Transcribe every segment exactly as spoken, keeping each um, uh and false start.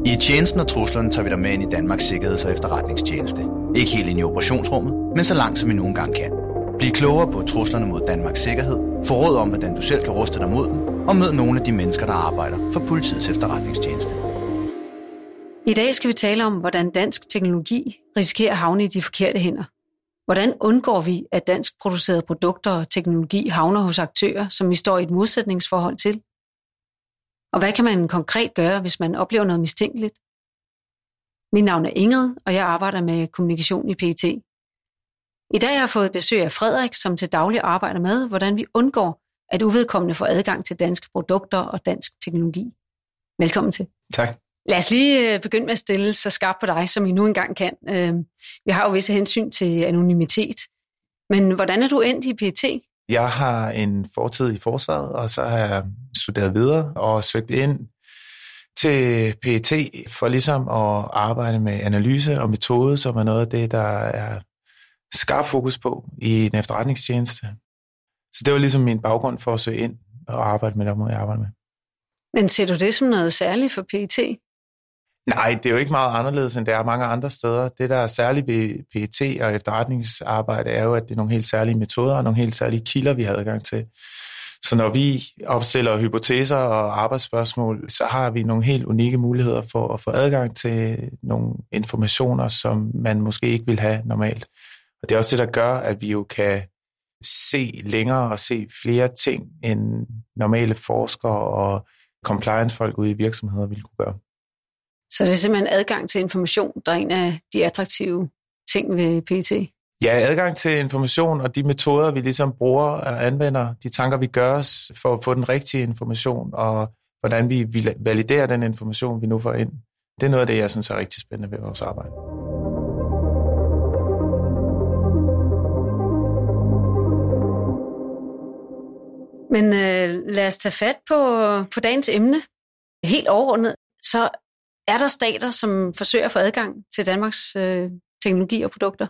I tjenesten og truslerne tager vi dig med ind i Danmarks Sikkerheds- og Efterretningstjeneste. Ikke helt ind i operationsrummet, men så langt som vi nogen gang kan. Bliv klogere på truslerne mod Danmarks sikkerhed, få råd om, hvordan du selv kan ruste dig mod dem, og mød nogle af de mennesker, der arbejder for Politiets Efterretningstjeneste. I dag skal vi tale om, hvordan dansk teknologi risikerer at havne i de forkerte hænder. Hvordan undgår vi, at dansk producerede produkter og teknologi havner hos aktører, som vi står i et modsætningsforhold til? Og hvad kan man konkret gøre, hvis man oplever noget mistænkeligt? Mit navn er Ingrid, og jeg arbejder med kommunikation i P E T. I dag har jeg fået besøg af Frederik, som til daglig arbejder med, hvordan vi undgår, at uvedkommende får adgang til danske produkter og dansk teknologi. Velkommen til. Tak. Lad os lige begynde med at stille så skarpt på dig, som I nu engang kan. Vi har jo visse hensyn til anonymitet, men hvordan er du endt i P E T? Jeg har en fortid i forsvaret, og så har jeg studeret videre og søgt ind til P E T for ligesom at arbejde med analyse og metode, som er noget af det, der er skarp fokus på i en efterretningstjeneste. Så det var ligesom min baggrund for at søge ind og arbejde med det, må jeg arbejde med. Men ser du det som noget særligt for P E T? Nej, det er jo ikke meget anderledes, end det er mange andre steder. Det, der er særligt ved P E T og efterretningsarbejde, er jo, at det er nogle helt særlige metoder og nogle helt særlige kilder, vi har adgang til. Så når vi opstiller hypoteser og arbejdsspørgsmål, så har vi nogle helt unikke muligheder for at få adgang til nogle informationer, som man måske ikke vil have normalt. Og det er også det, der gør, at vi jo kan se længere og se flere ting, end normale forskere og compliance-folk ude i virksomheder ville kunne gøre. Så det er simpelthen adgang til information, der er en af de attraktive ting ved P E T? Ja, adgang til information og de metoder, vi ligesom bruger og anvender, de tanker, vi gør os for at få den rigtige information, og hvordan vi validerer den information, vi nu får ind. Det er noget af det, jeg synes er rigtig spændende ved vores arbejde. Men øh, lad os tage fat på, på dagens emne. Helt overordnet, så er der stater, som forsøger at få adgang til Danmarks øh, teknologi og produkter?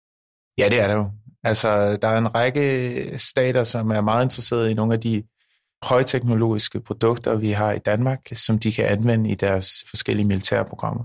Ja, det er der jo. Altså, der er en række stater, som er meget interesserede i nogle af de højteknologiske produkter, vi har i Danmark, som de kan anvende i deres forskellige militære programmer.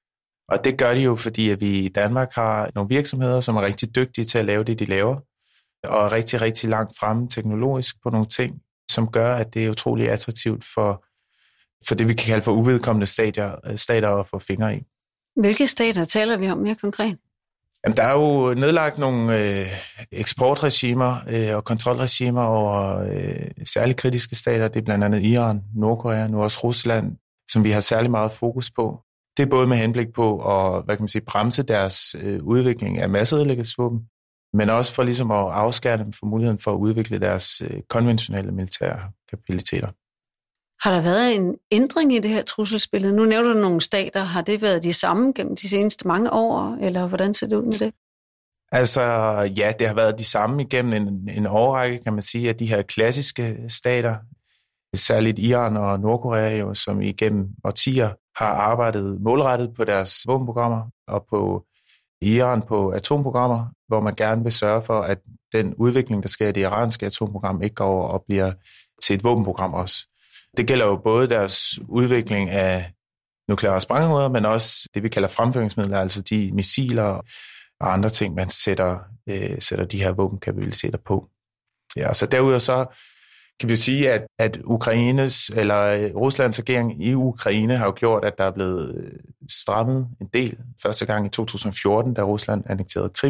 Og det gør de jo, fordi at vi i Danmark har nogle virksomheder, som er rigtig dygtige til at lave det, de laver, og er rigtig, rigtig langt fremme teknologisk på nogle ting, som gør, at det er utrolig attraktivt for, for det, vi kan kalde for uvedkommende stater, stater at få fingre i. Hvilke stater taler vi om mere konkret? Jamen, der er jo nedlagt nogle øh, eksportregimer øh, og kontrolregimer over øh, særligt kritiske stater. Det er blandt andet Iran, Nordkorea, nu også Rusland, som vi har særlig meget fokus på. Det er både med henblik på at, hvad kan man sige, bremse deres øh, udvikling af masseødelæggelsesvåben, men også for ligesom at afskære dem for muligheden for at udvikle deres øh, konventionelle militære kapabiliteter. Har der været en ændring i det her trusselsbillede? Nu nævner du nogle stater. Har det været de samme gennem de seneste mange år, eller hvordan ser det ud med det? Altså, ja, det har været de samme igennem en, en årrække, kan man sige, at de her klassiske stater, særligt Iran og Nordkorea, jo, som igennem årtier har arbejdet målrettet på deres våbenprogrammer, og på Iran på atomprogrammer, hvor man gerne vil sørge for, at den udvikling, der sker i det iranske atomprogram, ikke går over og bliver til et våbenprogram også. Det gælder jo både deres udvikling af nukleare sprænghoveder, men også det, vi kalder fremføringsmidler, altså de missiler og andre ting, man sætter, øh, sætter de her våbenkapabiliteter på. Ja, så derudover så kan vi jo sige, at, at Ukraines eller Ruslands agering i Ukraine har jo gjort, at der er blevet strammet en del. Første gang i to tusind og fjorten, da Rusland annekterede Krim.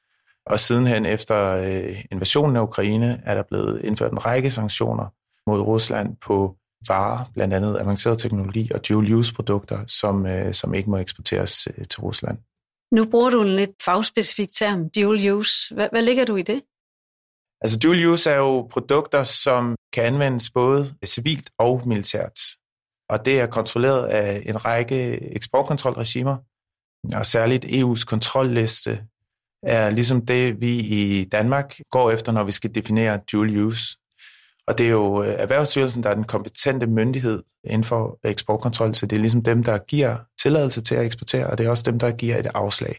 Og sidenhen efter øh, invasionen af Ukraine, er der blevet indført en række sanktioner mod Rusland på varer, blandt andet avanceret teknologi og dual-use-produkter, som, øh, som ikke må eksporteres øh, til Rusland. Nu bruger du en lidt fagspecifik term, dual-use. Hvad, hvad ligger du i det? Altså dual-use er jo produkter, som kan anvendes både civilt og militært. Og det er kontrolleret af en række eksportkontrolregimer, og særligt E U's kontrolliste er ligesom det, vi i Danmark går efter, når vi skal definere dual-use. Og det er jo Erhvervsstyrelsen, der er den kompetente myndighed inden for eksportkontrol, så det er ligesom dem, der giver tilladelse til at eksportere, og det er også dem, der giver et afslag.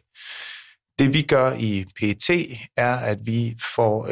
Det vi gør i P E T er, at vi får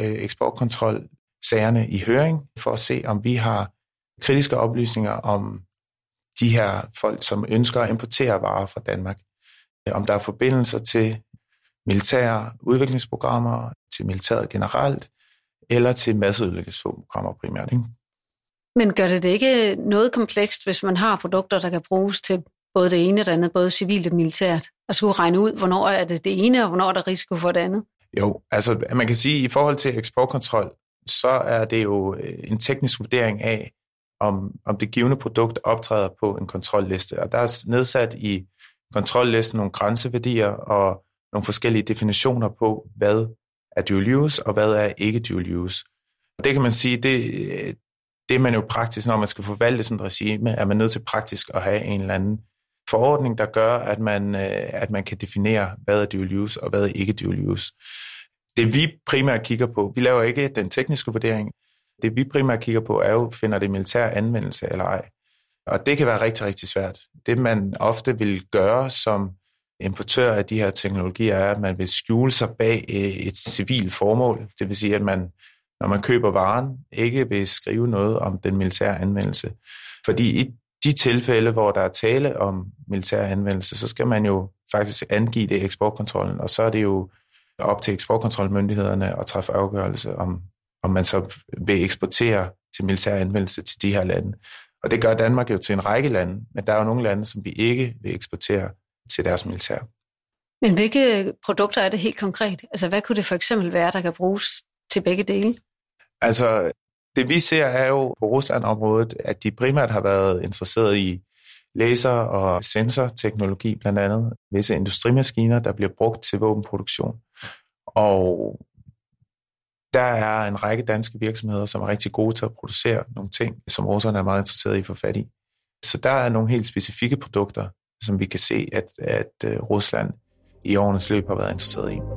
eksportkontrolsagerne i høring for at se, om vi har kritiske oplysninger om de her folk, som ønsker at importere varer fra Danmark. Om der er forbindelser til militære udviklingsprogrammer, til militæret generelt, eller til masseødelæggelsesprogrammer primært. Ikke? Men gør det det ikke noget komplekst, hvis man har produkter, der kan bruges til både det ene og det andet, både civilt og militært, og skulle regne ud, hvornår er det det ene, og hvornår er der risiko for det andet? Jo, altså man kan sige, at i forhold til eksportkontrol, så er det jo en teknisk vurdering af, om, om det givne produkt optræder på en kontrolliste. Og der er nedsat i kontrollisten nogle grænseværdier og nogle forskellige definitioner på, hvad er dual use og hvad er ikke dual use. Og det kan man sige, det, det er man jo praktisk, når man skal forvalte sådan et regime, er man nødt til praktisk at have en eller anden forordning, der gør, at man, at man kan definere, hvad er dual use og hvad er ikke dual use. Det vi primært kigger på, vi laver ikke den tekniske vurdering, det vi primært kigger på er jo, finder det militær anvendelse eller ej. Og det kan være rigtig, rigtig svært. Det man ofte vil gøre som importør af de her teknologier er, at man vil skjule sig bag et civilt formål. Det vil sige, at man, når man køber varen, ikke vil skrive noget om den militære anvendelse. Fordi i de tilfælde, hvor der er tale om militær anvendelse, så skal man jo faktisk angive det i eksportkontrollen, og så er det jo op til eksportkontrolmyndighederne at træffe afgørelse om, om man så vil eksportere til militær anvendelse til de her lande. Og det gør Danmark jo til en række lande, men der er jo nogle lande, som vi ikke vil eksportere til deres militær. Men hvilke produkter er det helt konkret? Altså hvad kunne det for eksempel være, der kan bruges til begge dele? Altså det vi ser er jo på Rusland-området, at de primært har været interesseret i laser- og sensorteknologi, blandt andet visse industrimaskiner, der bliver brugt til våbenproduktion. Og der er en række danske virksomheder, som er rigtig gode til at producere nogle ting, som russerne er meget interesserede i at få fat i. Så der er nogle helt specifikke produkter, som vi kan se, at, at Rusland i årenes løb har været interesseret i.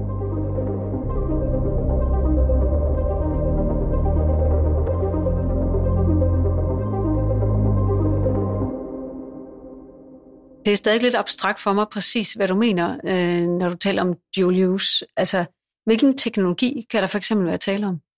Det er stadig lidt abstrakt for mig præcis, hvad du mener, øh, når du taler om dual use. Altså, hvilken teknologi kan der for eksempel være tale om?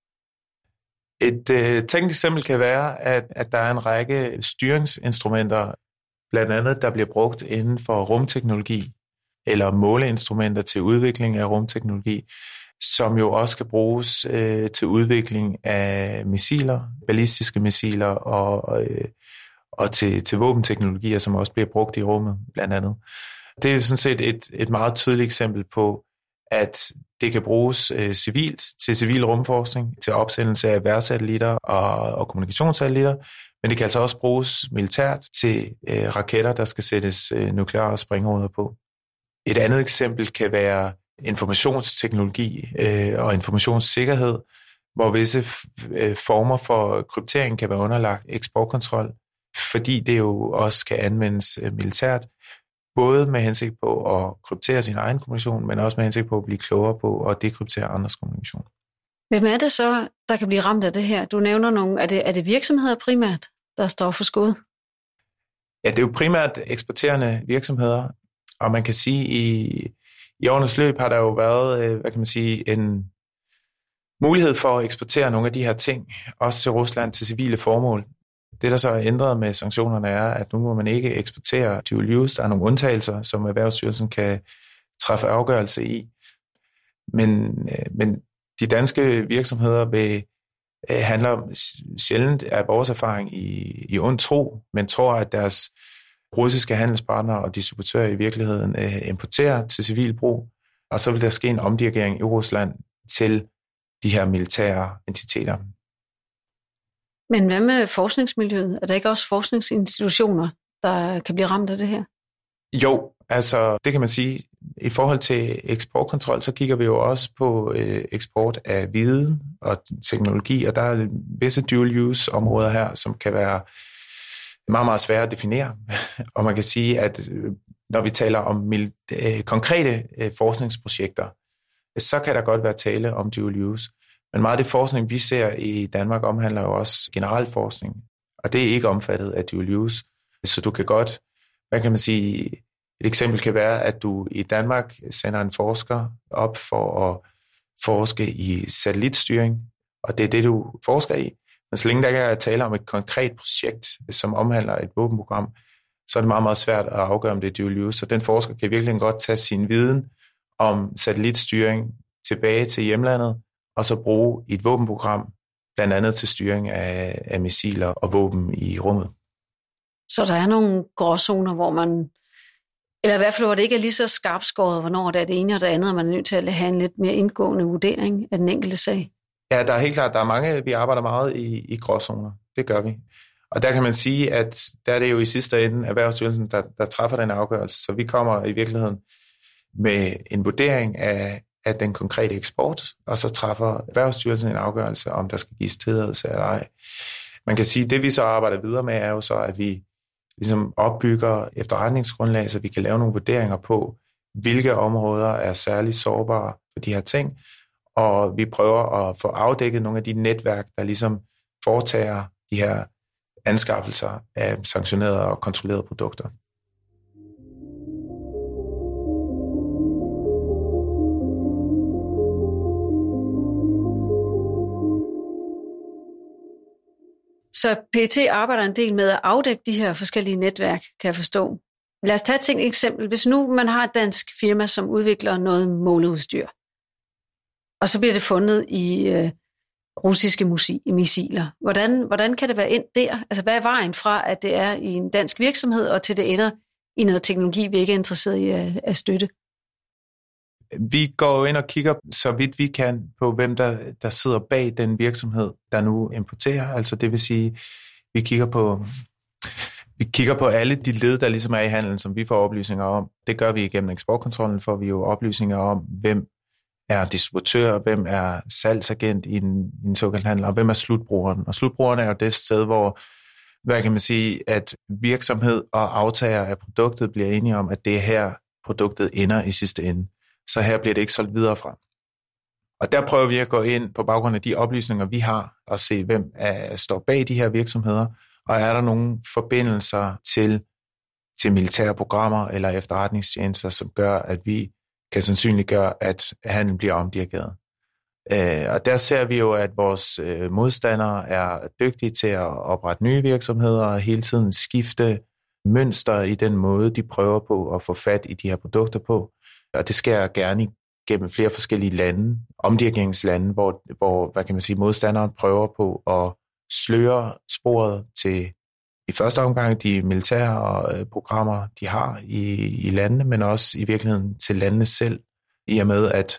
Et øh, tænkt eksempel kan være, at, at der er en række styringsinstrumenter, blandt andet der bliver brugt inden for rumteknologi, eller måleinstrumenter til udvikling af rumteknologi, som jo også kan bruges øh, til udvikling af missiler, ballistiske missiler og, øh, og til, til våbenteknologier, som også bliver brugt i rummet, blandt andet. Det er jo sådan set et, et meget tydeligt eksempel på, at det kan bruges øh, civilt til civil rumforskning, til opsendelse af værsatellitter og, og kommunikationssatellitter, men det kan altså også bruges militært til øh, raketter, der skal sættes øh, nukleare sprænghoveder på. Et andet eksempel kan være informationsteknologi øh, og informationssikkerhed, hvor visse øh, former for kryptering kan være underlagt eksportkontrol, fordi det jo også kan anvendes øh, militært, både med hensigt på at kryptere sin egen kommunikation, men også med hensigt på at blive klogere på at dekryptere andres kommunikation. Hvem er det så, der kan blive ramt af det her? Du nævner nogle, er det, er det virksomheder primært, der står for skud? Ja, det er jo primært eksporterende virksomheder, og man kan sige, i, i årenes løb har der jo været, hvad kan man sige, en mulighed for at eksportere nogle af de her ting, også til Rusland til civile formål. Det, der så er ændret med sanktionerne, er, at nu må man ikke eksportere dual use. Der er nogle undtagelser, som Erhvervsstyrelsen kan træffe afgørelse i. Men, men de danske virksomheder vil, handler sjældent af vores erfaring i, i ond tro, men tror, at deres russiske handelspartnere og distributører i virkeligheden importerer til civil brug, og så vil der ske en omdirigering i Rusland til de her militære entiteter. Men hvad med forskningsmiljøet? Er der ikke også forskningsinstitutioner, der kan blive ramt af det her? Jo, altså det kan man sige. I forhold til eksportkontrol, så kigger vi jo også på øh, eksport af viden og teknologi, og der er visse dual-use-områder her, som kan være meget, meget svære at definere. Og man kan sige, at når vi taler om mil- øh, konkrete øh, forskningsprojekter, så kan der godt være tale om dual-use. Men meget af det forskning, vi ser i Danmark, omhandler jo også generel forskning, og det er ikke omfattet af dual use. Så du kan godt, hvad kan man sige, et eksempel kan være, at du i Danmark sender en forsker op for at forske i satellitstyring, og det er det, du forsker i, Men så længe der ikke er tale om et konkret projekt, som omhandler et våbenprogram, så er det meget, meget svært at afgøre, om det er dual use. Så den forsker kan virkelig godt tage sin viden om satellitstyring tilbage til hjemlandet, og så bruge et våbenprogram, blandt andet til styring af, af missiler og våben i rummet. Så der er nogle gråzoner, hvor man, eller i hvert fald hvor det ikke er lige så skarpskåret, hvornår det er det ene og det andet, og man er nødt til at have en lidt mere indgående vurdering af den enkelte sag. Ja, der er helt klart, der er mange, vi arbejder meget i, i gråzoner. Det gør vi. Og der kan man sige, at der er det jo i sidste ende Erhvervsstyrelsen, der, der træffer den afgørelse. Så vi kommer i virkeligheden med en vurdering af, af den konkrete eksport, og så træffer Erhvervsstyrelsen en afgørelse, om der skal gives tilladelse eller ej. Man kan sige, at det vi så arbejder videre med, er jo så, at vi ligesom opbygger efterretningsgrundlag, så vi kan lave nogle vurderinger på, hvilke områder er særligt sårbare for de her ting, og vi prøver at få afdækket nogle af de netværk, der ligesom foretager de her anskaffelser af sanktionerede og kontrollerede produkter. Så P E T arbejder en del med at afdække de her forskellige netværk, kan jeg forstå. Lad os tage et tænkt eksempel. Hvis nu man har et dansk firma, som udvikler noget måleudstyr, og så bliver det fundet i øh, russiske musik- missiler. Hvordan, hvordan kan det være ind der? Altså, hvad er vejen fra, at det er i en dansk virksomhed, og til det ender i noget teknologi, vi ikke er interesseret i at, at støtte? Vi går ind og kigger, så vidt vi kan, på hvem der, der sidder bag den virksomhed, der nu importerer. Altså det vil sige, vi kigger på, vi kigger på alle de led, der ligesom er i handelen, som vi får oplysninger om. Det gør vi igennem eksportkontrollen, får vi jo oplysninger om, hvem er distributør, hvem er salgsagent i en, i en såkaldt handel, og hvem er slutbrugeren. Og slutbrugeren er jo det sted, hvor, hvad kan man sige, at virksomhed og aftager af produktet bliver enige om, at det er her, produktet ender i sidste ende. Så her bliver det ikke solgt videre fra. Og der prøver vi at gå ind på baggrund af de oplysninger, vi har, og se, hvem er, står bag de her virksomheder, og er der nogle forbindelser til, til militære programmer eller efterretningstjenester, som gør, at vi kan sandsynliggøre, at handlen bliver omdirigeret. Og der ser vi jo, at vores modstandere er dygtige til at oprette nye virksomheder og hele tiden skifte mønster i den måde, de prøver på at få fat i de her produkter på. Og det sker gerne gennem flere forskellige lande, omdirigeringslande, hvor, hvor hvad kan man sige, modstanderen prøver på at sløre sporet til i første omgang de militære programmer, de har i, i landene, men også i virkeligheden til landene selv, i og med at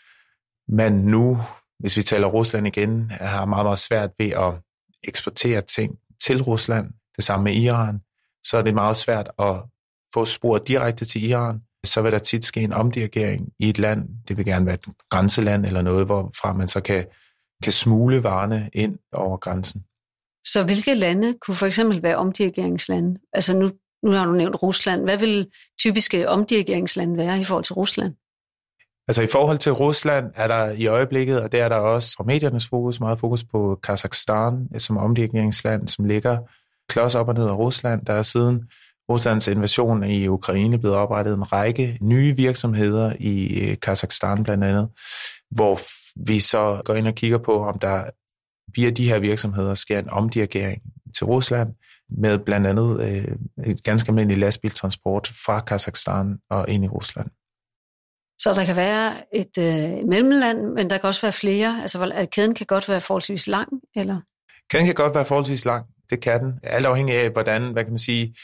man nu, hvis vi taler Rusland igen, har meget, meget svært ved at eksportere ting til Rusland. Det samme med Iran. Så er det meget svært at få sporet direkte til Iran. Så vil der tit ske en omdirigering i et land. Det vil gerne være et grænseland eller noget, hvorfra man så kan, kan smule varerne ind over grænsen. Så hvilke lande kunne for eksempel være omdirigeringslande? Altså nu, nu har du nævnt Rusland. Hvad vil typiske omdirigeringslande være i forhold til Rusland? Altså i forhold til Rusland er der i øjeblikket, og der er der også fra mediernes fokus, meget fokus på Kazakhstan som omdirigeringsland, som ligger klods op og ned af Rusland. Der er siden Ruslands invasion i Ukraine blevet oprettet en række nye virksomheder i Kazakhstan blandt andet, hvor vi så går ind og kigger på, om der via de her virksomheder sker en omdirigering til Rusland med blandt andet øh, et ganske almindeligt lastbiltransport fra Kazakhstan og ind i Rusland. Så der kan være et øh, mellemland, men der kan også være flere? Altså kæden kan godt være forholdsvis lang, eller? Kæden kan godt være forholdsvis lang, det kan den. Alt afhængig af, hvordan, hvad kan man sige,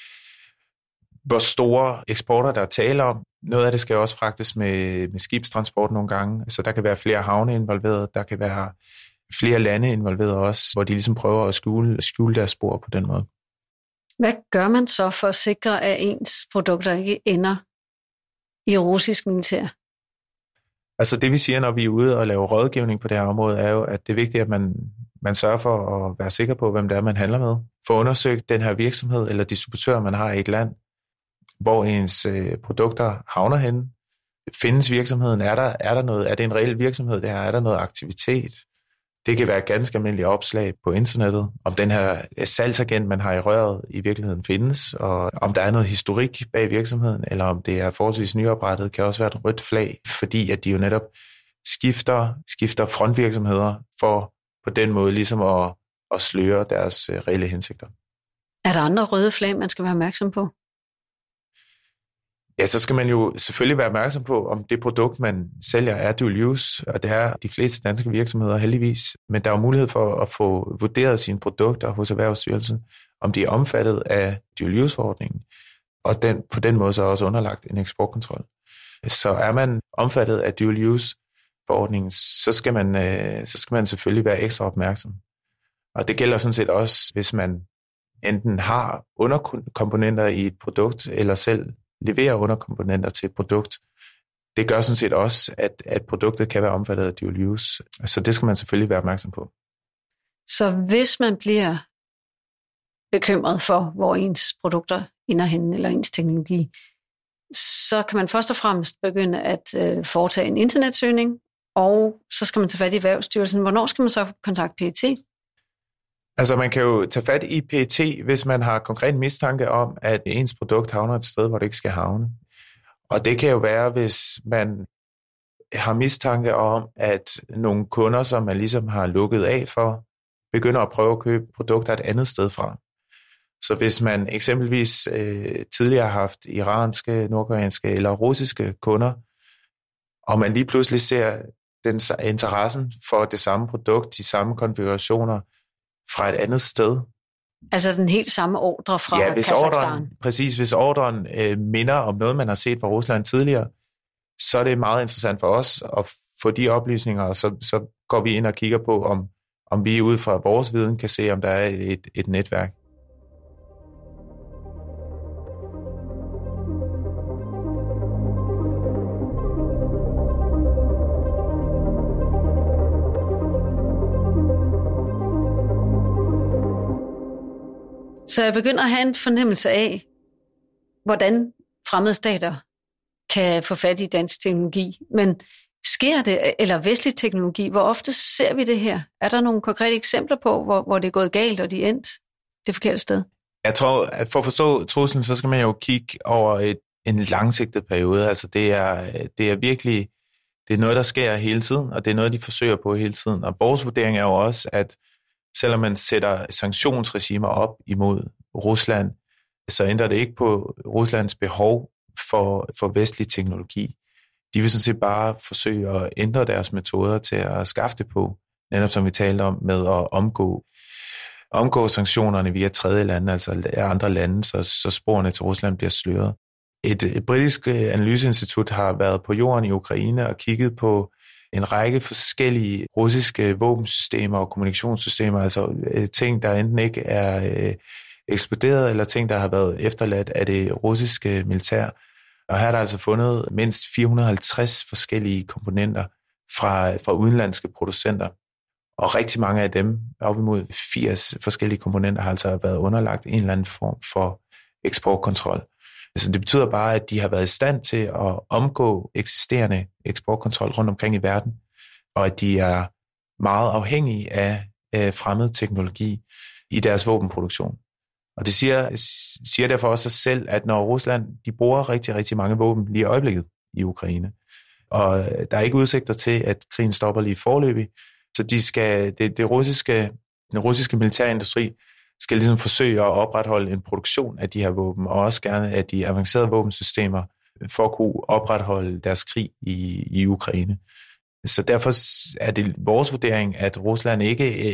hvor store eksporter der er tale om. Noget af det skal også fragtes med, med skibstransport nogle gange, så der kan være flere havne involveret, der kan være flere lande involveret også, hvor de ligesom prøver at skjule, skjule deres spor på den måde. Hvad gør man så for at sikre, at ens produkter ikke ender i russisk militær? Altså det vi siger, når vi er ude og lave rådgivning på det her område, er jo, at det er vigtigt, at man, man sørger for at være sikker på, hvem det er, man handler med. For at undersøge den her virksomhed eller distributør, man har i et land, hvor ens øh, produkter havner henne. Findes virksomheden? Er der, er der noget? Er det en reel virksomhed, det her? Er der noget aktivitet? Det kan være ganske almindelige opslag på internettet, om den her salgsagent, man har i røret, i virkeligheden findes, og om der er noget historik bag virksomheden, eller om det er forholdsvis nyoprettet, kan også være et rødt flag, fordi at de jo netop skifter, skifter frontvirksomheder for på den måde ligesom at at sløre deres reelle hensigter. Er der andre røde flag, man skal være opmærksom på? Ja, så skal man jo selvfølgelig være opmærksom på, om det produkt, man sælger, er dual use, og det er de fleste danske virksomheder heldigvis. Men der er jo mulighed for at få vurderet sine produkter hos Erhvervsstyrelsen, om de er omfattet af dual use-forordningen, og den, på den måde så er også underlagt en eksportkontrol. Så er man omfattet af dual use-forordningen, så skal man, så skal man selvfølgelig være ekstra opmærksom. Og det gælder sådan set også, hvis man enten har underkomponenter i et produkt, eller selv leverer underkomponenter til et produkt. Det gør sådan set også, at, at produktet kan være omfattet af dual use. Så det skal man selvfølgelig være opmærksom på. Så hvis man bliver bekymret for, hvor ens produkter ender henne, eller ens teknologi, så kan man først og fremmest begynde at øh, foretage en internetsøgning, og så skal man tage fat i Erhvervsstyrelsen. Hvornår skal man så kontakte P E T? Altså man kan jo tage fat i P E T, hvis man har konkret mistanke om, at ens produkt havner et sted, hvor det ikke skal havne. Og det kan jo være, hvis man har mistanke om, at nogle kunder, som man ligesom har lukket af for, begynder at prøve at købe produkter et andet sted fra. Så hvis man eksempelvis øh, tidligere har haft iranske, nordkoreanske eller russiske kunder, og man lige pludselig ser den interessen for det samme produkt, de samme konfigurationer, fra et andet sted. Altså den helt samme ordre fra ja, hvis Kazakhstan? Ordren, præcis, hvis ordren øh, minder om noget, man har set fra Rusland tidligere, så er det meget interessant for os at få de oplysninger, og så, så går vi ind og kigger på, om, om vi ud fra vores viden kan se, om der er et, et netværk. Så jeg begynder at have en fornemmelse af, hvordan fremmede stater kan få fat i dansk teknologi. Men sker det, eller vestlig teknologi, hvor ofte ser vi det her? Er der nogle konkrete eksempler på, hvor, hvor det er gået galt, og de er endt det forkerte sted? Jeg tror, at for at forstå truslen, så skal man jo kigge over et, en langsigtet periode. Altså det er, det er virkelig, det er noget, der sker hele tiden, og det er noget, de forsøger på hele tiden. Og vores vurdering er jo også, at selvom man sætter sanktionsregimer op imod Rusland, så ændrer det ikke på Ruslands behov for, for vestlig teknologi. De vil sådan set bare forsøge at ændre deres metoder til at skaffe det på, netop som vi talte om med at omgå, omgå sanktionerne via tredje lande, altså andre lande, så, så sporene til Rusland bliver sløret. Et, et britisk analyseinstitut har været på jorden i Ukraine og kigget på en række forskellige russiske våbensystemer og kommunikationssystemer, altså ting, der enten ikke er øh, eksploderet, eller ting, der har været efterladt af det russiske militær. Og her er der altså fundet mindst fire hundrede og halvtreds forskellige komponenter fra, fra udenlandske producenter. Og rigtig mange af dem, op imod firs forskellige komponenter, har altså været underlagt en eller anden form for eksportkontrol. Så det betyder bare, at de har været i stand til at omgå eksisterende eksportkontrol rundt omkring i verden, og at de er meget afhængige af øh, fremmed teknologi i deres våbenproduktion. Og det siger, siger derfor også sig selv, at når Rusland de bruger rigtig, rigtig mange våben lige i øjeblikket i Ukraine, og der er ikke udsigter til, at krigen stopper lige forløbig, så de skal, det, det russiske, den russiske militærindustri skal ligesom forsøge at opretholde en produktion af de her våben, og også gerne af de avancerede våbensystemer, for at kunne opretholde deres krig i, i Ukraine. Så derfor er det vores vurdering, at Rusland ikke,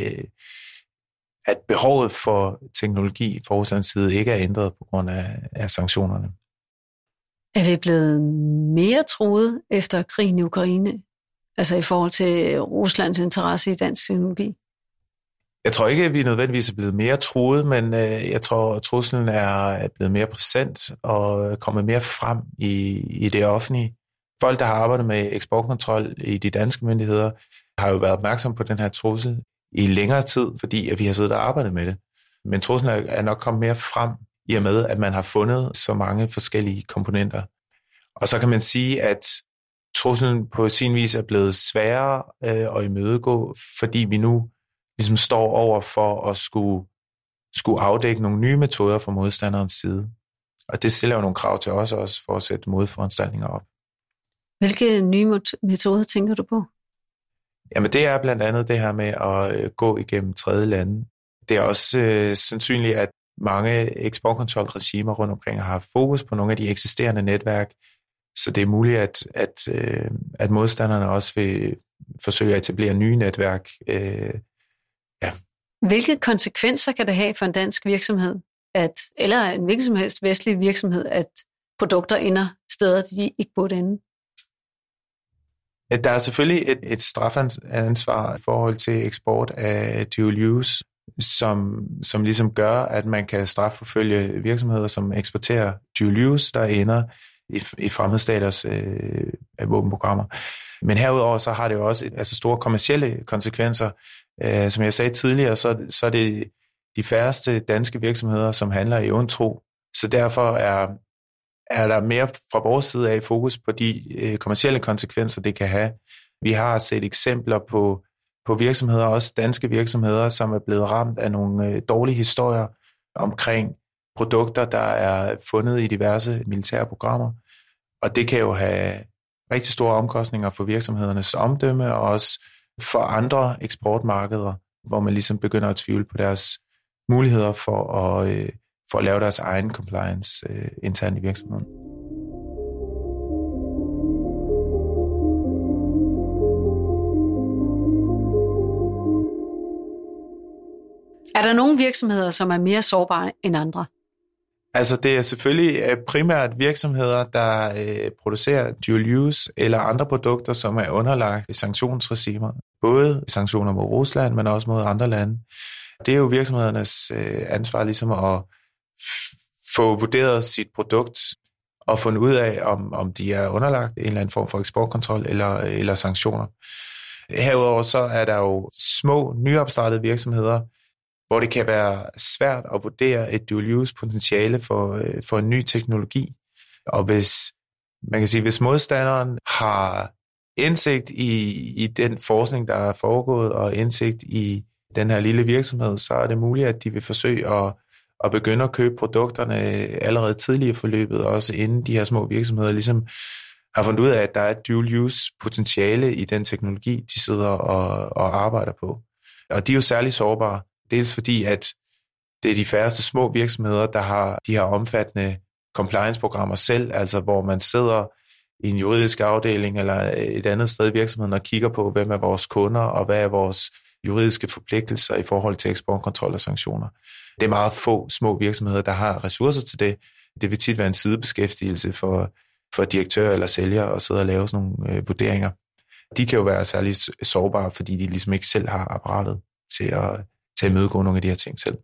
at behovet for teknologi fra Ruslands side ikke er ændret på grund af, af sanktionerne. Er vi blevet mere truet efter krigen i Ukraine, altså i forhold til Ruslands interesse i dansk teknologi? Jeg tror ikke, at vi nødvendigvis er blevet mere truet, men jeg tror, at truslen er blevet mere præsent og kommet mere frem i, i det offentlige. Folk, der har arbejdet med eksportkontrol i de danske myndigheder, har jo været opmærksom på den her trussel i længere tid, fordi at vi har siddet og arbejdet med det. Men truslen er nok kommet mere frem i og med, at man har fundet så mange forskellige komponenter. Og så kan man sige, at truslen på sin vis er blevet sværere øh, at imødegå, fordi vi nu ligesom står over for at skulle, skulle afdække nogle nye metoder fra modstanderens side. Og det stiller jo nogle krav til os også for at sætte modforanstaltninger op. Hvilke nye metoder tænker du på? Jamen det er blandt andet det her med at gå igennem tredje lande. Det er også øh, sandsynligt, at mange eksportkontrolregimer rundt omkring har haft fokus på nogle af de eksisterende netværk, så det er muligt, at, at, øh, at modstanderne også vil forsøge at etablere nye netværk. Øh, ja. Hvilke konsekvenser kan det have for en dansk virksomhed, at, eller en hvilken som helst vestlig virksomhed, at produkter ender steder, de ikke burde ende? Der er selvfølgelig et, et strafansvar i forhold til eksport af dual use, som, som ligesom gør, at man kan strafforfølge virksomheder, som eksporterer dual use, der ender i, i fremmedstaters øh, våbenprogrammer. Men herudover så har det jo også et, altså store kommercielle konsekvenser. Øh, som jeg sagde tidligere, så, så er det de færreste danske virksomheder, som handler i ond tro. Så derfor er, er der mere fra vores side af fokus på de øh, kommercielle konsekvenser, det kan have. Vi har set eksempler på, på virksomheder, også danske virksomheder, som er blevet ramt af nogle øh, dårlige historier omkring produkter, der er fundet i diverse militære programmer. Og det kan jo have rigtig store omkostninger for virksomhedernes omdømme, og også for andre eksportmarkeder, hvor man ligesom begynder at tvivle på deres muligheder for at, øh, for at lave deres egen compliance øh, internt i virksomheden. Er der nogle virksomheder, som er mere sårbare end andre? Altså det er selvfølgelig primært virksomheder, der øh, producerer dual use eller andre produkter, som er underlagt sanktionsregimer. Både sanktioner mod Rusland, men også mod andre lande. Det er jo virksomhedernes øh, ansvar ligesom at f- få vurderet sit produkt og fundet ud af, om, om de er underlagt en eller anden form for eksportkontrol eller, eller sanktioner. Herudover så er der jo små, nyopstartede virksomheder, hvor det kan være svært at vurdere et dual-use potentiale for, for en ny teknologi. Og hvis, man kan sige, hvis modstanderen har indsigt i, i den forskning, der er foregået, og indsigt i den her lille virksomhed, så er det muligt, at de vil forsøge at, at begynde at købe produkterne allerede tidligere i forløbet, også inden de her små virksomheder ligesom har fundet ud af, at der er et dual-use potentiale i den teknologi, de sidder og, og arbejder på. Og de er jo særlig sårbare. Dels fordi, at det er de færreste små virksomheder, der har de her omfattende compliance-programmer selv, altså hvor man sidder i en juridisk afdeling eller et andet sted i virksomheden og kigger på, hvem er vores kunder og hvad er vores juridiske forpligtelser i forhold til eksportkontrol og sanktioner. Det er meget få små virksomheder, der har ressourcer til det. Det vil tit være en sidebeskæftigelse for, for direktører eller sælgere at sidde og lave sådan nogle øh, vurderinger. De kan jo være særlig sårbare, fordi de ligesom ikke selv har apparatet til at til at imødegå nogle af de her ting selv.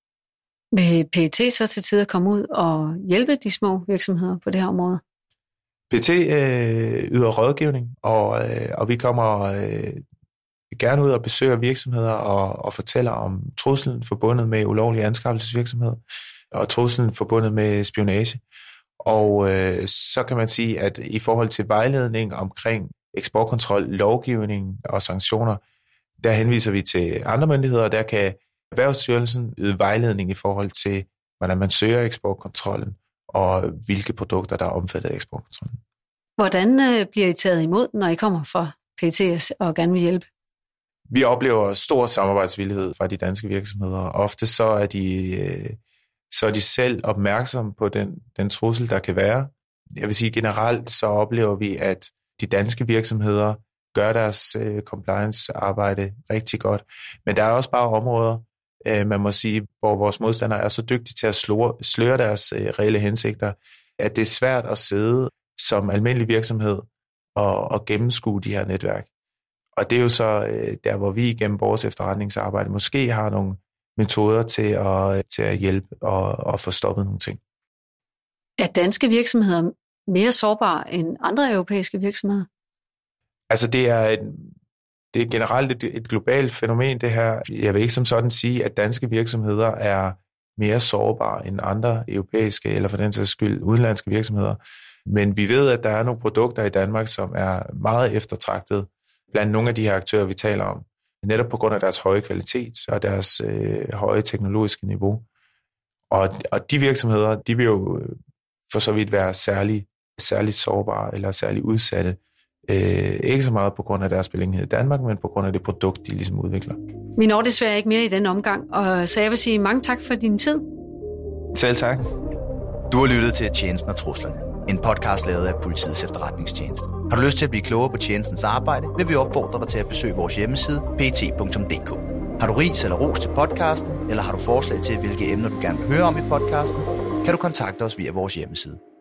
Vil P E T så til tid at komme ud og hjælpe de små virksomheder på det her område? P E T øh, yder rådgivning, og, øh, og vi kommer øh, gerne ud og besøger virksomheder og, og fortæller om truslen forbundet med ulovlig anskaffelsesvirksomhed og truslen forbundet med spionage. Og øh, så kan man sige, at i forhold til vejledning omkring eksportkontrol, lovgivning og sanktioner, der henviser vi til andre myndigheder, og der kan Erhvervsstyrelsen yde vejledning i forhold til, hvordan man søger eksportkontrollen, og hvilke produkter, der er omfattet af eksportkontrollen. Hvordan øh, bliver I taget imod, når I kommer fra P E T og gerne vil hjælpe? Vi oplever stor samarbejdsvillighed fra de danske virksomheder. Ofte så er de, øh, så er de selv opmærksomme på den, den trussel, der kan være. Jeg vil sige generelt, så oplever vi, at de danske virksomheder gør deres øh, compliance-arbejde rigtig godt. Men der er også bare områder, øh, man må sige, hvor vores modstandere er så dygtige til at slå, sløre deres øh, reelle hensigter, at det er svært at sidde som almindelig virksomhed og, og gennemskue de her netværk. Og det er jo så øh, der, hvor vi gennem vores efterretningsarbejde måske har nogle metoder til at, til at hjælpe og, og få stoppet nogle ting. Er danske virksomheder mere sårbare end andre europæiske virksomheder? Altså det er, et, det er generelt et, et globalt fænomen, det her. Jeg vil ikke som sådan sige, at danske virksomheder er mere sårbare end andre europæiske, eller for den sags skyld udenlandske virksomheder. Men vi ved, at der er nogle produkter i Danmark, som er meget eftertragtet blandt nogle af de her aktører, vi taler om. Netop på grund af deres høje kvalitet og deres øh, høje teknologiske niveau. Og, og de virksomheder, de vil jo for så vidt være særlig, særlig sårbare eller særlig udsatte Øh, ikke så meget på grund af deres beliggenhed i Danmark, men på grund af det produkt, de ligesom udvikler. Vi når desværre ikke mere i den omgang, og så jeg vil sige mange tak for din tid. Selv tak. Du har lyttet til Tjenesten og Truslerne, en podcast lavet af Politiets Efterretningstjeneste. Har du lyst til at blive klogere på tjenestens arbejde, vil vi opfordre dig til at besøge vores hjemmeside p e t punktum d k. Har du ris eller ros til podcasten, eller har du forslag til, hvilke emner du gerne vil høre om i podcasten, kan du kontakte os via vores hjemmeside.